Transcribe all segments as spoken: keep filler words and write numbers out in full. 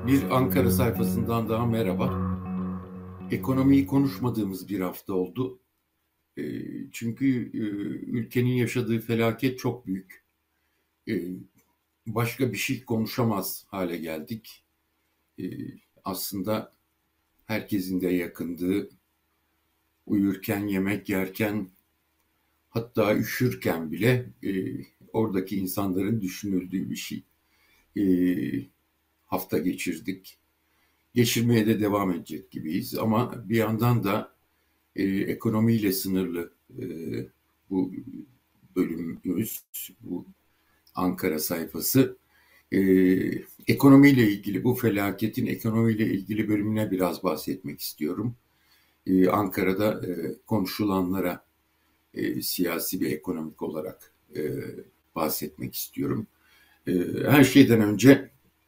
Bir Ankara sayfasından daha merhaba. Ekonomiyi konuşmadığımız bir hafta oldu. E, çünkü e, ülkenin yaşadığı felaket çok büyük. E, başka bir şey konuşamaz hale geldik. E, aslında herkesin de yakındığı, uyurken, yemek yerken, hatta üşürken bile e, oradaki insanların düşünüldüğü bir şey. E, hafta geçirdik. Geçirmeye de devam edecek gibiyiz. Ama bir yandan da e, ekonomiyle sınırlı e, bu bölümümüz, bu Ankara sayfası. E, ekonomiyle ilgili, bu felaketin ekonomiyle ilgili bölümüne biraz bahsetmek istiyorum. E, Ankara'da e, konuşulanlara e, siyasi ve ekonomik olarak e, bahsetmek istiyorum. E, her şeyden önce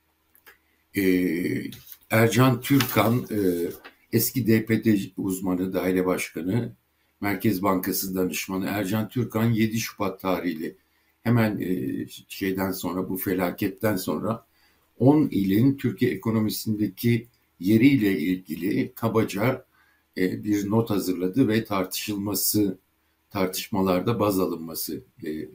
e, Ercan Türkan, e, eski D P T uzmanı, daire başkanı, Merkez Bankası danışmanı Ercan Türkan yedi Şubat tarihli hemen e, şeyden sonra, bu felaketten sonra on ilin Türkiye ekonomisindeki yeriyle ilgili kabaca e, bir not hazırladı ve tartışılması, tartışmalarda baz alınması e,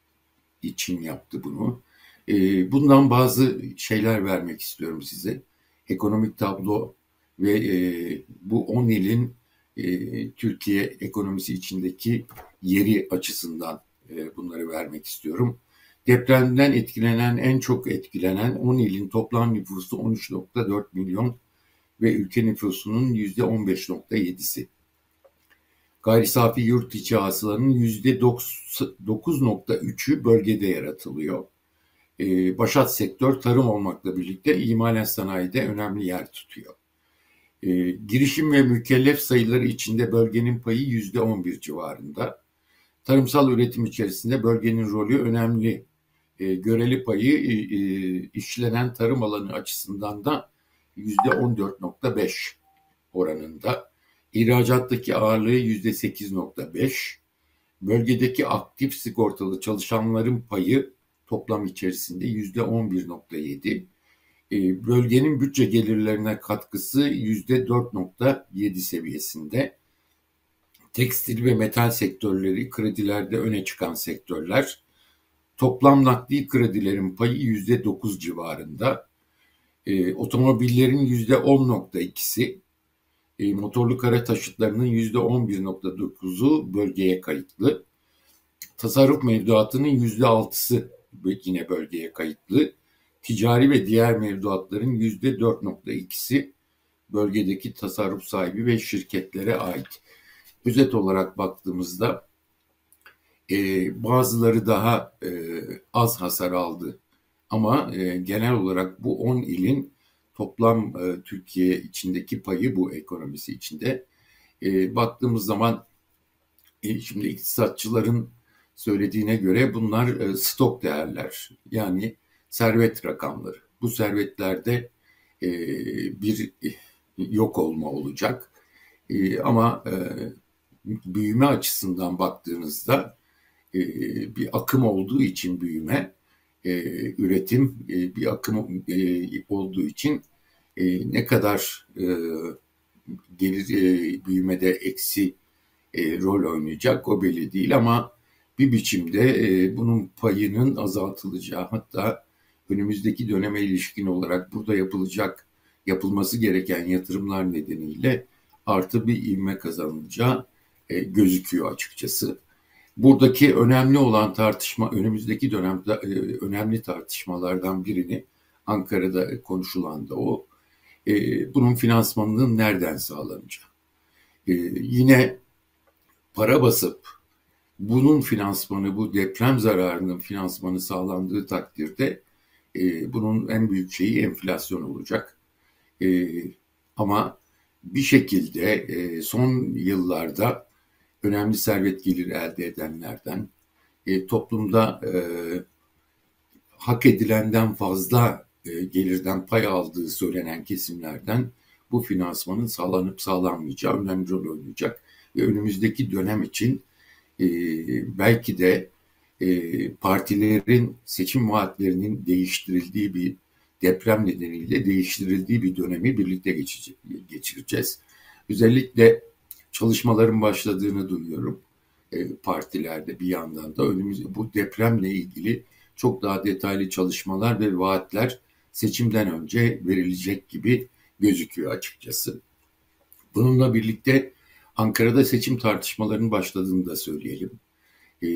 için yaptı bunu. E, bundan bazı şeyler vermek istiyorum size. Ekonomik tablo ve e, bu on ilin e, Türkiye ekonomisi içindeki yeri açısından e, bunları vermek istiyorum. Depremden etkilenen, en çok etkilenen on ilin toplam nüfusu on üç nokta dört milyon ve ülke nüfusunun yüzde on beş nokta yedisi. Gayri safi yurt içi hasılanın yüzde dokuz nokta üçü bölgede yaratılıyor. Ee, başat sektör tarım olmakla birlikte imalat sanayide önemli yer tutuyor. Ee, girişim ve mükellef sayıları içinde bölgenin payı yüzde on bir civarında. Tarımsal üretim içerisinde bölgenin rolü önemli. Ee, göreli payı e, e, işlenen tarım alanı açısından da yüzde on dört nokta beş oranında. İhracattaki ağırlığı yüzde sekiz nokta beş. Bölgedeki aktif sigortalı çalışanların payı toplam içerisinde yüzde on bir nokta yedi. E, bölgenin bütçe gelirlerine katkısı yüzde dört nokta yedi seviyesinde. Tekstil ve metal sektörleri kredilerde öne çıkan sektörler. Toplam nakdi kredilerin payı yüzde dokuz civarında. E, otomobillerin yüzde on nokta ikisi, e, motorlu kara taşıtlarının yüzde on bir nokta dokuzu bölgeye kayıtlı. Tasarruf mevduatının yüzde altısı yine bölgeye kayıtlı. Ticari ve diğer mevduatların yüzde dört nokta ikisi bölgedeki tasarruf sahibi ve şirketlere ait. Özet olarak baktığımızda e, bazıları daha e, az hasar aldı. Ama e, genel olarak bu on ilin toplam e, Türkiye içindeki payı, bu ekonomisi içinde e, baktığımız zaman e, şimdi iktisatçıların söylediğine göre bunlar e, stok değerler, yani servet rakamları. Bu servetlerde e, bir e, yok olma olacak. E, ama e, büyüme açısından baktığınızda e, bir akım olduğu için büyüme, e, üretim e, bir akım e, olduğu için e, ne kadar e, gelir e, büyümede eksi e, rol oynayacak o belli değil, ama bir biçimde e, bunun payının azaltılacağı, hatta önümüzdeki döneme ilişkin olarak burada yapılacak, yapılması gereken yatırımlar nedeniyle artı bir ivme kazanılacağı e, gözüküyor açıkçası. Buradaki önemli olan tartışma, önümüzdeki dönemde e, önemli tartışmalardan birini, Ankara'da konuşulan da o. E, bunun finansmanının nereden sağlanacağı. E, yine para basıp bunun finansmanı, bu deprem zararının finansmanı sağlandığı takdirde e, bunun en büyük şeyi enflasyon olacak. E, ama bir şekilde e, son yıllarda önemli servet geliri elde edenlerden, e, toplumda e, hak edilenden fazla e, gelirden pay aldığı söylenen kesimlerden bu finansmanın sağlanıp sağlanmayacağı önemli rol oynayacak. Ve önümüzdeki dönem için e, belki de e, partilerin seçim vaatlerinin değiştirildiği bir deprem nedeniyle değiştirildiği bir dönemi birlikte geçireceğiz. Özellikle çalışmaların başladığını duyuyorum e, partilerde bir yandan da önümüz bu depremle ilgili çok daha detaylı çalışmalar ve vaatler seçimden önce verilecek gibi gözüküyor açıkçası. Bununla birlikte Ankara'da seçim tartışmalarının başladığını da söyleyelim. E,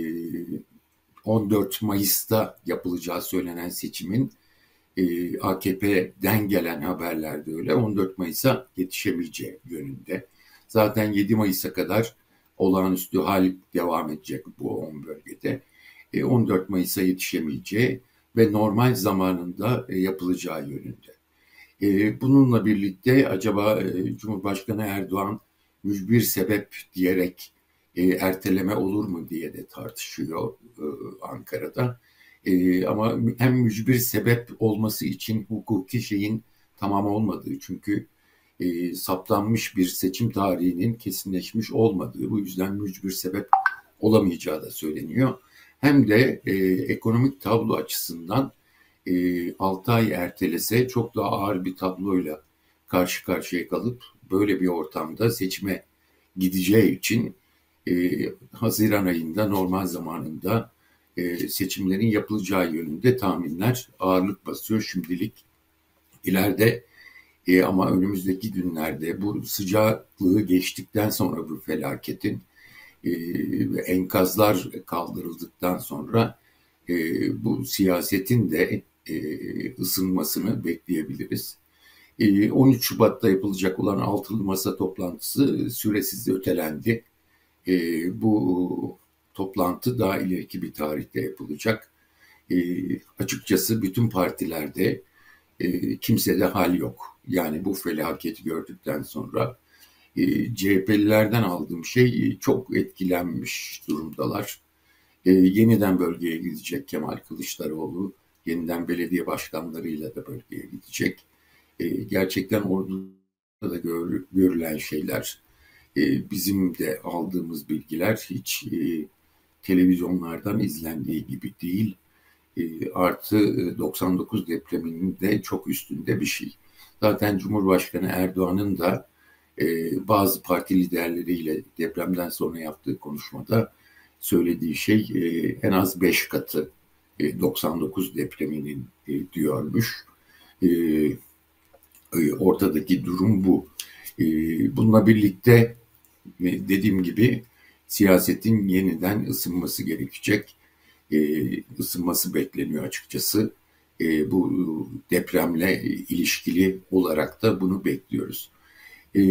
on dört Mayıs'ta yapılacağı söylenen seçimin e, A K P'den gelen haberlerde öyle on dört Mayıs'a yetişemeyeceği yönünde. Zaten yedi Mayıs'a kadar olağanüstü hal devam edecek bu on bölgede. E, on dört Mayıs'a yetişemeyeceği ve normal zamanında e, yapılacağı yönünde. E, bununla birlikte acaba e, Cumhurbaşkanı Erdoğan mücbir sebep diyerek e, erteleme olur mu diye de tartışıyor e, Ankara'da. E, ama hem mücbir sebep olması için hukuki şeyin tamam olmadığı, çünkü e, saptanmış bir seçim tarihinin kesinleşmiş olmadığı, bu yüzden mücbir sebep olamayacağı da söyleniyor. Hem de e, ekonomik tablo açısından e, altı ay ertelese çok daha ağır bir tabloyla karşı karşıya kalıp böyle bir ortamda seçime gideceği için e, Haziran ayında normal zamanında e, seçimlerin yapılacağı yönünde tahminler ağırlık basıyor şimdilik. İleride e, ama önümüzdeki günlerde bu sıcaklığı geçtikten sonra bu felaketin e, enkazlar kaldırıldıktan sonra e, bu siyasetin de e, ısınmasını bekleyebiliriz. E, on üç Şubat'ta yapılacak olan altılı masa toplantısı süresiz ötelendi. E, bu toplantı daha ileriki bir tarihte yapılacak. E, açıkçası bütün partilerde e, kimsede hal yok. Yani bu felaketi gördükten sonra e, C H P'lilerden aldığım şey çok etkilenmiş durumdalar. E, yeniden bölgeye gidecek Kemal Kılıçdaroğlu, yeniden belediye başkanlarıyla da bölgeye gidecek. E, gerçekten orada da gör, görülen şeyler, e, bizim de aldığımız bilgiler hiç e, televizyonlardan izlendiği gibi değil. E, artı doksan dokuz depreminin de çok üstünde bir şey. Zaten Cumhurbaşkanı Erdoğan'ın da e, bazı parti liderleriyle depremden sonra yaptığı konuşmada söylediği şey e, en az beş katı e, doksan dokuz depreminin e, diyormuş. E, e, ortadaki durum bu. E, bununla birlikte e, dediğim gibi siyasetin yeniden ısınması gerekecek. E, ısınması bekleniyor açıkçası. E, bu depremle ilişkili olarak da bunu bekliyoruz. E,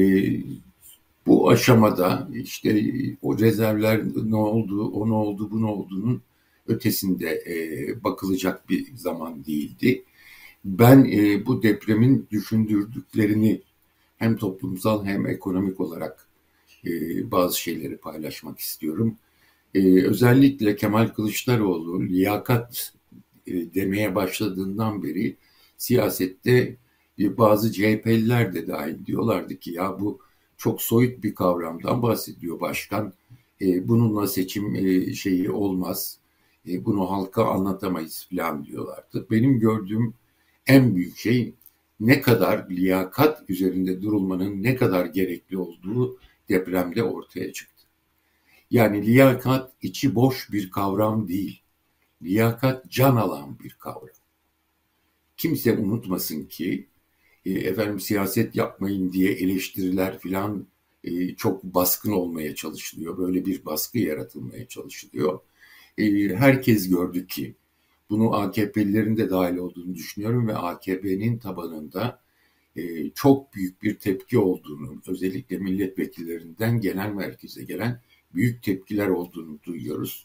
bu aşamada işte o rezervler ne oldu, o ne oldu, bu ne olduğunun ötesinde e, bakılacak bir zaman değildi. Ben e, bu depremin düşündürdüklerini hem toplumsal hem ekonomik olarak e, bazı şeyleri paylaşmak istiyorum. E, özellikle Kemal Kılıçdaroğlu liyakat e, demeye başladığından beri siyasette e, bazı C H P'liler de dahil diyorlardı ki ya bu çok soyut bir kavramdan bahsediyor başkan. E, bununla seçim e, şeyi olmaz. E, bunu halka anlatamayız falan diyorlardı. Benim gördüğüm en büyük şey ne kadar liyakat üzerinde durulmanın ne kadar gerekli olduğu depremde ortaya çıktı. Yani liyakat içi boş bir kavram değil. Liyakat can alan bir kavram. Kimse unutmasın ki e, efendim siyaset yapmayın diye eleştiriler filan e, çok baskın olmaya çalışılıyor. Böyle bir baskı yaratılmaya çalışılıyor. E, herkes gördü ki bunu A K P'lilerin de dahil olduğunu düşünüyorum ve A K P'nin tabanında e, çok büyük bir tepki olduğunu, özellikle milletvekillerinden genel merkeze gelen büyük tepkiler olduğunu duyuyoruz.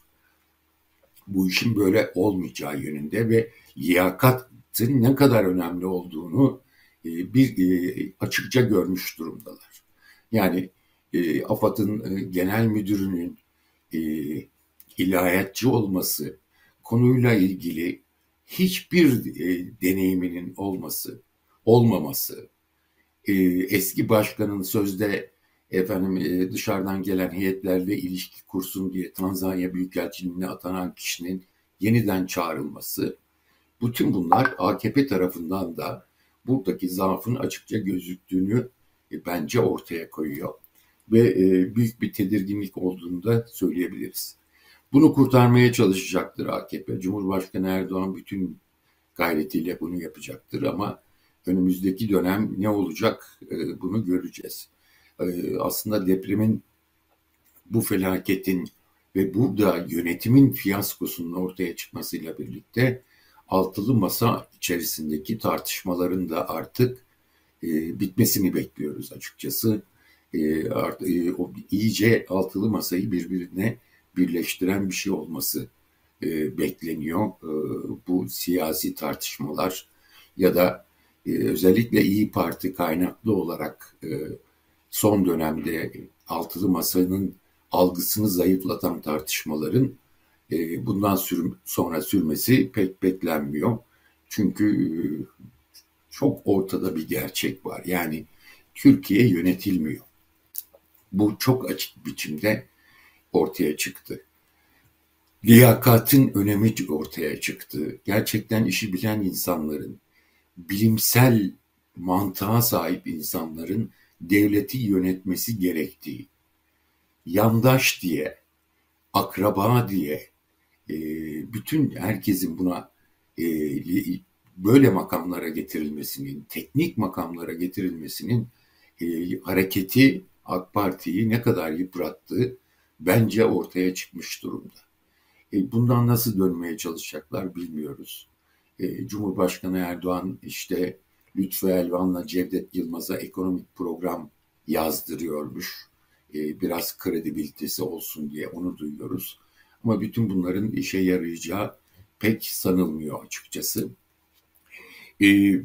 Bu işin böyle olmayacağı yönünde ve liyakatın ne kadar önemli olduğunu e, bir e, açıkça görmüş durumdalar. Yani e, AFAD'ın e, genel müdürünün e, ilahiyatçı olması, konuyla ilgili hiçbir e, deneyiminin olması, olmaması, e, eski başkanın sözde efendim e, dışarıdan gelen heyetlerle ilişki kursun diye Tanzanya Büyükelçiliğine atanan kişinin yeniden çağrılması Bütün bunlar A K P tarafından da buradaki zaafın açıkça gözüktüğünü e, bence ortaya koyuyor. Ve e, büyük bir tedirginlik olduğunu da söyleyebiliriz. Bunu kurtarmaya çalışacaktır A K P. Cumhurbaşkanı Erdoğan bütün gayretiyle bunu yapacaktır ama önümüzdeki dönem ne olacak e, bunu göreceğiz. E, aslında depremin, bu felaketin ve burada yönetimin fiyaskosunun ortaya çıkmasıyla birlikte altılı masa içerisindeki tartışmaların da artık e, bitmesini bekliyoruz açıkçası. E, art, e, o iyice altılı masayı birbirine birleştiren bir şey olması e, bekleniyor. E, bu siyasi tartışmalar ya da e, özellikle İyi Parti kaynaklı olarak e, son dönemde altılı masanın algısını zayıflatan tartışmaların e, bundan sür, sonra sürmesi pek beklenmiyor. Çünkü e, çok ortada bir gerçek var. Yani Türkiye yönetilmiyor. Bu çok açık biçimde ortaya çıktı. Liyakatin önemi ortaya çıktı. Gerçekten işi bilen insanların, bilimsel mantığa sahip insanların devleti yönetmesi gerektiği, yandaş diye, akraba diye, e, bütün herkesin buna e, böyle makamlara getirilmesinin, teknik makamlara getirilmesinin e, hareketi AK Parti'yi ne kadar yıprattığı bence ortaya çıkmış durumda. E, bundan nasıl dönmeye çalışacaklar bilmiyoruz. E, Cumhurbaşkanı Erdoğan işte Lütfü Elvan'la Cevdet Yılmaz'a ekonomik program yazdırıyormuş. E, biraz kredibilitesi olsun diye onu duyuyoruz. Ama bütün bunların işe yarayacağı pek sanılmıyor açıkçası. E,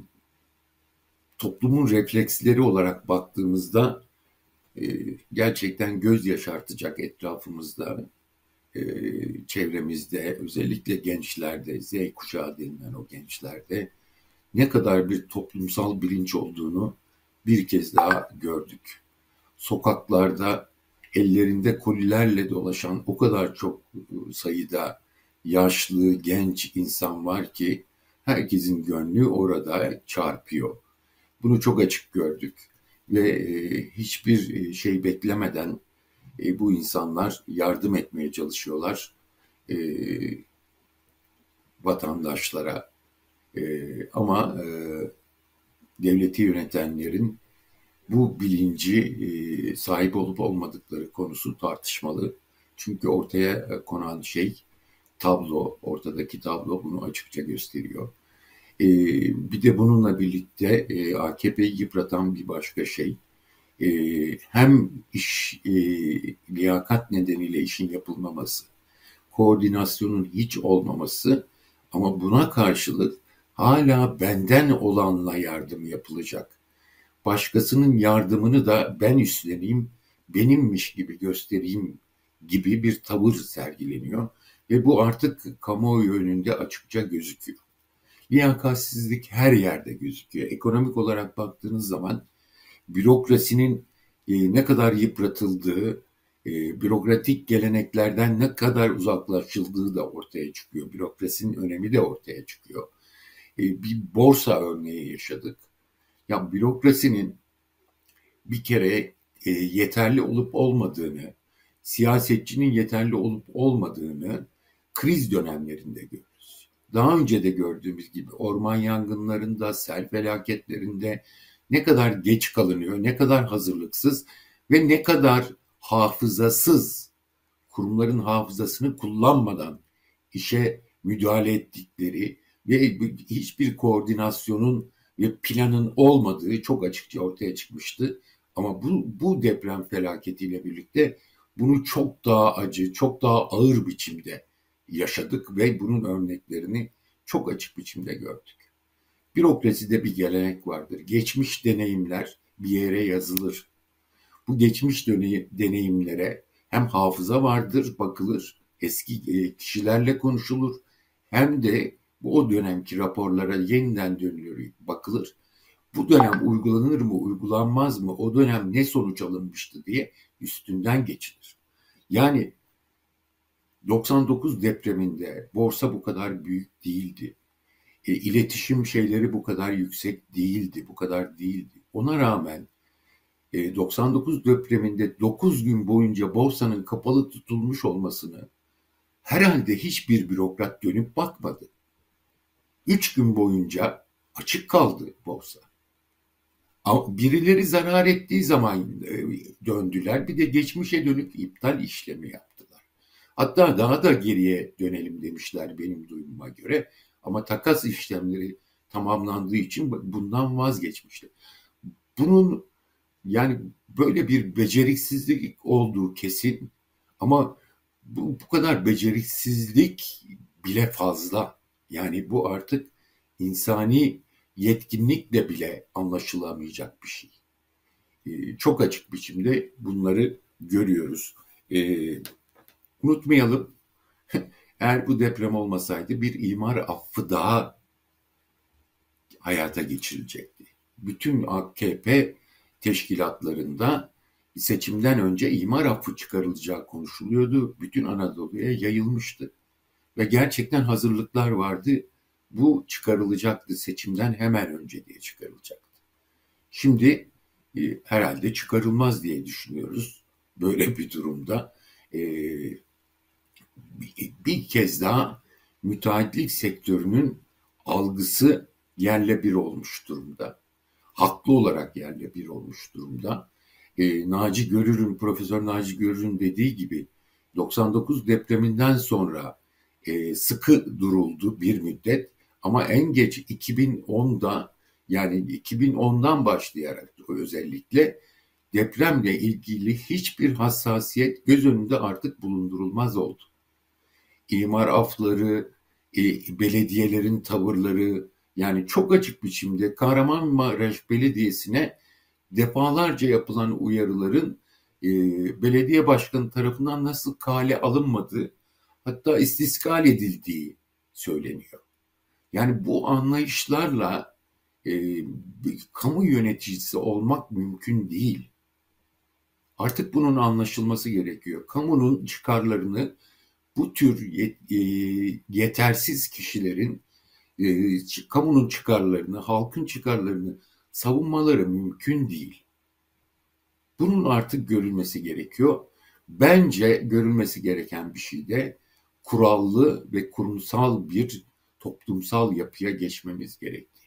Toplumun refleksleri olarak baktığımızda e, gerçekten göz yaşartacak etrafımızda, e, çevremizde, özellikle gençlerde, Z kuşağı denilen o gençlerde ne kadar bir toplumsal bilinç olduğunu bir kez daha gördük. Sokaklarda ellerinde kolilerle dolaşan o kadar çok sayıda yaşlı, genç insan var ki herkesin gönlü orada çarpıyor. Bunu çok açık gördük ve e, hiçbir şey beklemeden e, bu insanlar yardım etmeye çalışıyorlar e, vatandaşlara. E, ama e, devleti yönetenlerin bu bilinci e, sahip olup olmadıkları konusu tartışmalı. Çünkü ortaya konan şey tablo, ortadaki tablo bunu açıkça gösteriyor. E, Bir de bununla birlikte e, A K P'yi yıpratan bir başka şey, e, hem iş e, liyakat nedeniyle işin yapılmaması, koordinasyonun hiç olmaması ama buna karşılık hala benden olanla yardım yapılacak. Başkasının yardımını da ben üstleneyim, benimmiş gibi göstereyim gibi bir tavır sergileniyor ve bu artık kamuoyu önünde açıkça gözüküyor. Liyakatsizlik her yerde gözüküyor. Ekonomik olarak baktığınız zaman bürokrasinin e, ne kadar yıpratıldığı, e, bürokratik geleneklerden ne kadar uzaklaşıldığı da ortaya çıkıyor. Bürokrasinin önemi de ortaya çıkıyor. E, bir borsa örneği yaşadık. Ya bürokrasinin bir kere e, yeterli olup olmadığını, siyasetçinin yeterli olup olmadığını kriz dönemlerinde görürüz. Daha önce de gördüğümüz gibi orman yangınlarında, sel felaketlerinde ne kadar geç kalınıyor, ne kadar hazırlıksız ve ne kadar hafızasız, kurumların hafızasını kullanmadan işe müdahale ettikleri ve hiçbir koordinasyonun ve planın olmadığı çok açıkça ortaya çıkmıştı. Ama bu, bu deprem felaketiyle birlikte bunu çok daha acı, çok daha ağır biçimde yaşadık ve bunun örneklerini çok açık biçimde gördük. Bürokraside bir gelenek vardır. Geçmiş deneyimler bir yere yazılır. Bu geçmiş deneyimlere hem hafıza vardır, bakılır, eski kişilerle konuşulur, hem de bu o dönemki raporlara yeniden dönülür, bakılır. Bu dönem uygulanır mı, uygulanmaz mı, o dönem ne sonuç alınmıştı diye üstünden geçilir. Yani doksan dokuz depreminde borsa bu kadar büyük değildi. E, iletişim şeyleri bu kadar yüksek değildi, bu kadar değildi. Ona rağmen e, doksan dokuz depreminde dokuz gün boyunca borsanın kapalı tutulmuş olmasını herhalde hiçbir bürokrat dönüp bakmadı. Üç gün boyunca açık kaldı borsa. Ama birileri zarar ettiği zaman e, döndüler. Bir de geçmişe dönük iptal işlemi yaptılar. Hatta daha da geriye dönelim demişler benim duyumuma göre. Ama takas işlemleri tamamlandığı için bundan vazgeçmişler. Bunun yani böyle bir beceriksizlik olduğu kesin. Ama bu, bu kadar beceriksizlik bile fazla. Yani bu artık insani yetkinlikle bile anlaşılamayacak bir şey. Ee, çok açık biçimde bunları görüyoruz. Ee, unutmayalım, eğer bu deprem olmasaydı bir imar affı daha hayata geçirilecekti. Bütün A K P teşkilatlarında seçimden önce imar affı çıkarılacağı konuşuluyordu. Bütün Anadolu'ya yayılmıştı. Ve gerçekten hazırlıklar vardı. Bu çıkarılacaktı, seçimden hemen önce diye çıkarılacaktı. Şimdi e, herhalde çıkarılmaz diye düşünüyoruz. Böyle bir durumda e, bir, bir kez daha müteahhitlik sektörünün algısı yerle bir olmuş durumda. Haklı olarak yerle bir olmuş durumda. E, Naci Görür'ün, Profesör Naci Görür'ün dediği gibi doksan dokuz depreminden sonra e, sıkı duruldu bir müddet ama en geç iki bin onda, yani iki bin ondan başlayarak özellikle depremle ilgili hiçbir hassasiyet göz önünde artık bulundurulmaz oldu. İmar afları, e, belediyelerin tavırları, yani çok açık biçimde Kahramanmaraş Belediyesi'ne defalarca yapılan uyarıların e, belediye başkanı tarafından nasıl kale alınmadığı, hatta istiskal edildiği söyleniyor. Yani bu anlayışlarla e, bir kamu yöneticisi olmak mümkün değil. Artık bunun anlaşılması gerekiyor. Kamunun çıkarlarını bu tür yet, e, yetersiz kişilerin e, kamunun çıkarlarını, halkın çıkarlarını savunmaları mümkün değil. Bunun artık görülmesi gerekiyor. Bence görülmesi gereken bir şey de kurallı ve kurumsal bir toplumsal yapıya geçmemiz gerekti.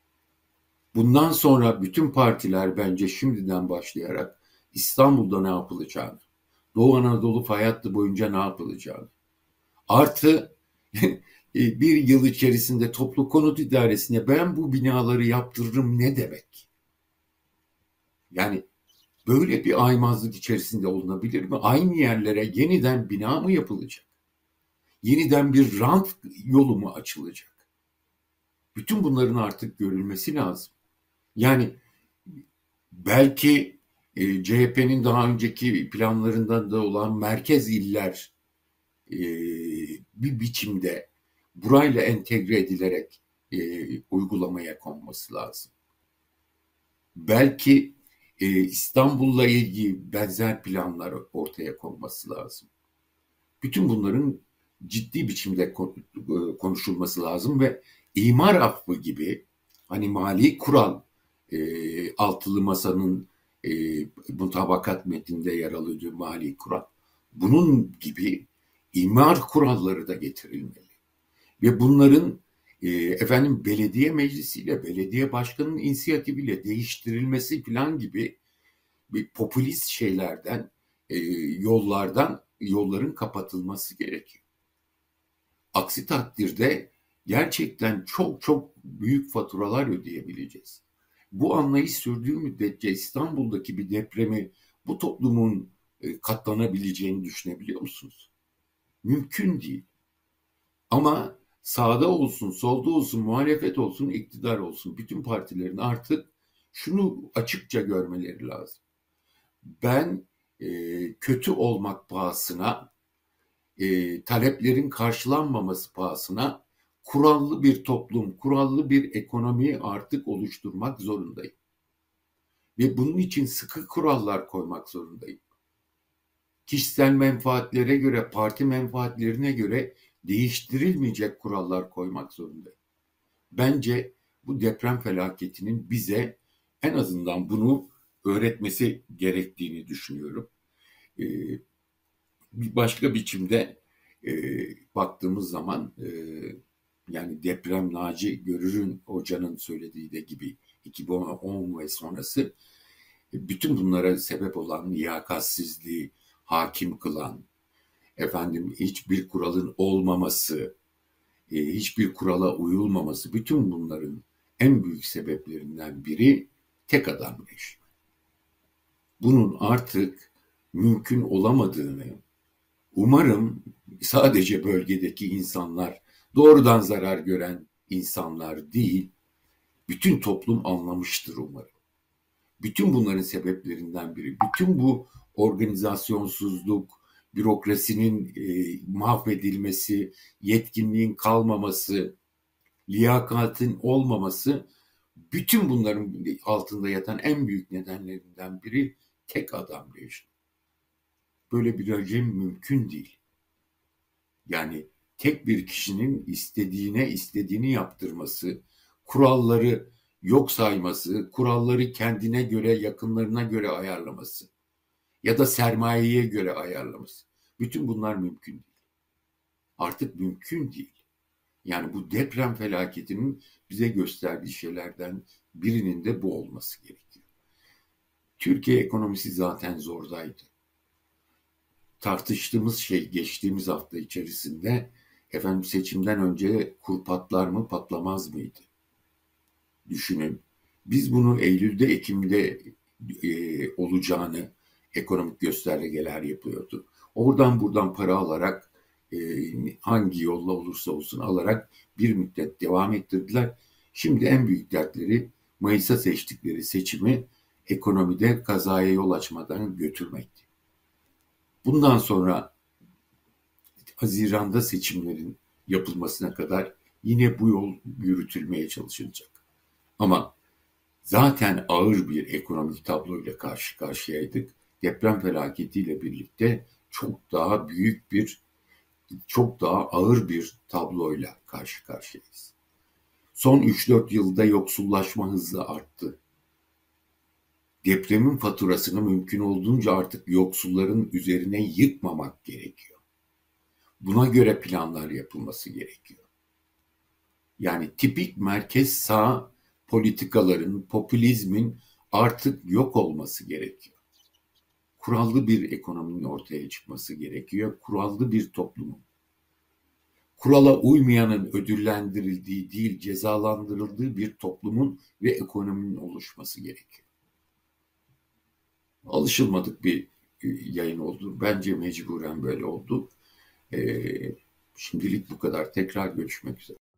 Bundan sonra bütün partiler bence şimdiden başlayarak İstanbul'da ne yapılacağını, Doğu Anadolu fay hattı boyunca ne yapılacağını, artı bir yıl içerisinde toplu konut idaresine ben bu binaları yaptırırım ne demek? Yani böyle bir aymazlık içerisinde olunabilir mi? Aynı yerlere yeniden bina mı yapılacak? Yeniden bir rant yolu mu açılacak? Bütün bunların artık görülmesi lazım. Yani belki e, C H P'nin daha önceki planlarından da olan merkez iller e, bir biçimde burayla entegre edilerek e, uygulamaya konması lazım. Belki e, İstanbul'la ilgili benzer planlar ortaya konması lazım. Bütün bunların ciddi biçimde konuşulması lazım ve imar affı gibi hani mali kural e, altılı masanın e, mutabakat metninde yer alıyordu mali kural. Bunun gibi imar kuralları da getirilmeli. Ve bunların e, efendim belediye meclisiyle, belediye başkanının inisiyatifiyle değiştirilmesi falan gibi bir popülist şeylerden, e, yollardan, yolların kapatılması gerekiyor. Aksi takdirde gerçekten çok çok büyük faturalar ödeyebileceğiz. Bu anlayış sürdüğü müddetçe İstanbul'daki bir depremi bu toplumun e, katlanabileceğini düşünebiliyor musunuz? Mümkün değil. Ama sağda olsun, solda olsun, muhalefet olsun, iktidar olsun, bütün partilerin artık şunu açıkça görmeleri lazım. Ben e, kötü olmak pahasına, e, taleplerin karşılanmaması pahasına kurallı bir toplum, kurallı bir ekonomi artık oluşturmak zorundayım. Ve bunun için sıkı kurallar koymak zorundayım. Kişisel menfaatlere göre, parti menfaatlerine göre değiştirilmeyecek kurallar koymak zorundayım. Bence bu deprem felaketinin bize en azından bunu öğretmesi gerektiğini düşünüyorum. Ee, Bir başka biçimde e, baktığımız zaman e, yani deprem Naci Görür'ün hocanın söylediği de gibi iki bin on ve sonrası bütün bunlara sebep olan liyakatsizliği hakim kılan, efendim hiçbir kuralın olmaması, e, hiçbir kurala uyulmaması, bütün bunların en büyük sebeplerinden biri tek adam rejimi. Bunun artık mümkün olamadığını, umarım sadece bölgedeki insanlar, doğrudan zarar gören insanlar değil, bütün toplum anlamıştır umarım. Bütün bunların sebeplerinden biri, bütün bu organizasyonsuzluk, bürokrasinin e, mahvedilmesi, yetkinliğin kalmaması, liyakatin olmaması, bütün bunların altında yatan en büyük nedenlerinden biri tek adam rejimi. Böyle bir rejim mümkün değil. Yani tek bir kişinin istediğine istediğini yaptırması, kuralları yok sayması, kuralları kendine göre, yakınlarına göre ayarlaması ya da sermayeye göre ayarlaması. Bütün bunlar mümkün değil. Artık mümkün değil. Yani bu deprem felaketinin bize gösterdiği şeylerden birinin de bu olması gerekiyor. Türkiye ekonomisi zaten zordaydı. Tartıştığımız şey geçtiğimiz hafta içerisinde efendim seçimden önce kur patlar mı patlamaz mıydı? Düşünün. Biz bunu Eylül'de, Ekim'de e, olacağını ekonomik göstergeler yapıyordu. Oradan buradan para alarak e, hangi yolla olursa olsun alarak bir müddet devam ettirdiler. Şimdi en büyük dertleri Mayıs'a seçtikleri seçimi ekonomide kazaya yol açmadan götürmekti. Bundan sonra Haziran'da seçimlerin yapılmasına kadar yine bu yol yürütülmeye çalışılacak. Ama zaten ağır bir ekonomik tabloyla karşı karşıyaydık. Deprem felaketiyle birlikte çok daha büyük bir, çok daha ağır bir tabloyla karşı karşıyayız. Son üç dört yılda yoksullaşma hızla arttı. Depremin faturasını mümkün olduğunca artık yoksulların üzerine yıkmamak gerekiyor. Buna göre planlar yapılması gerekiyor. Yani tipik merkez sağ politikaların, popülizmin artık yok olması gerekiyor. Kurallı bir ekonominin ortaya çıkması gerekiyor. Kurallı bir toplumun. Kurala uymayanın ödüllendirildiği değil, cezalandırıldığı bir toplumun ve ekonominin oluşması gerekiyor. Alışılmadık bir yayın oldu. Bence mecburen böyle oldu. Ee, şimdilik bu kadar. Tekrar görüşmek üzere.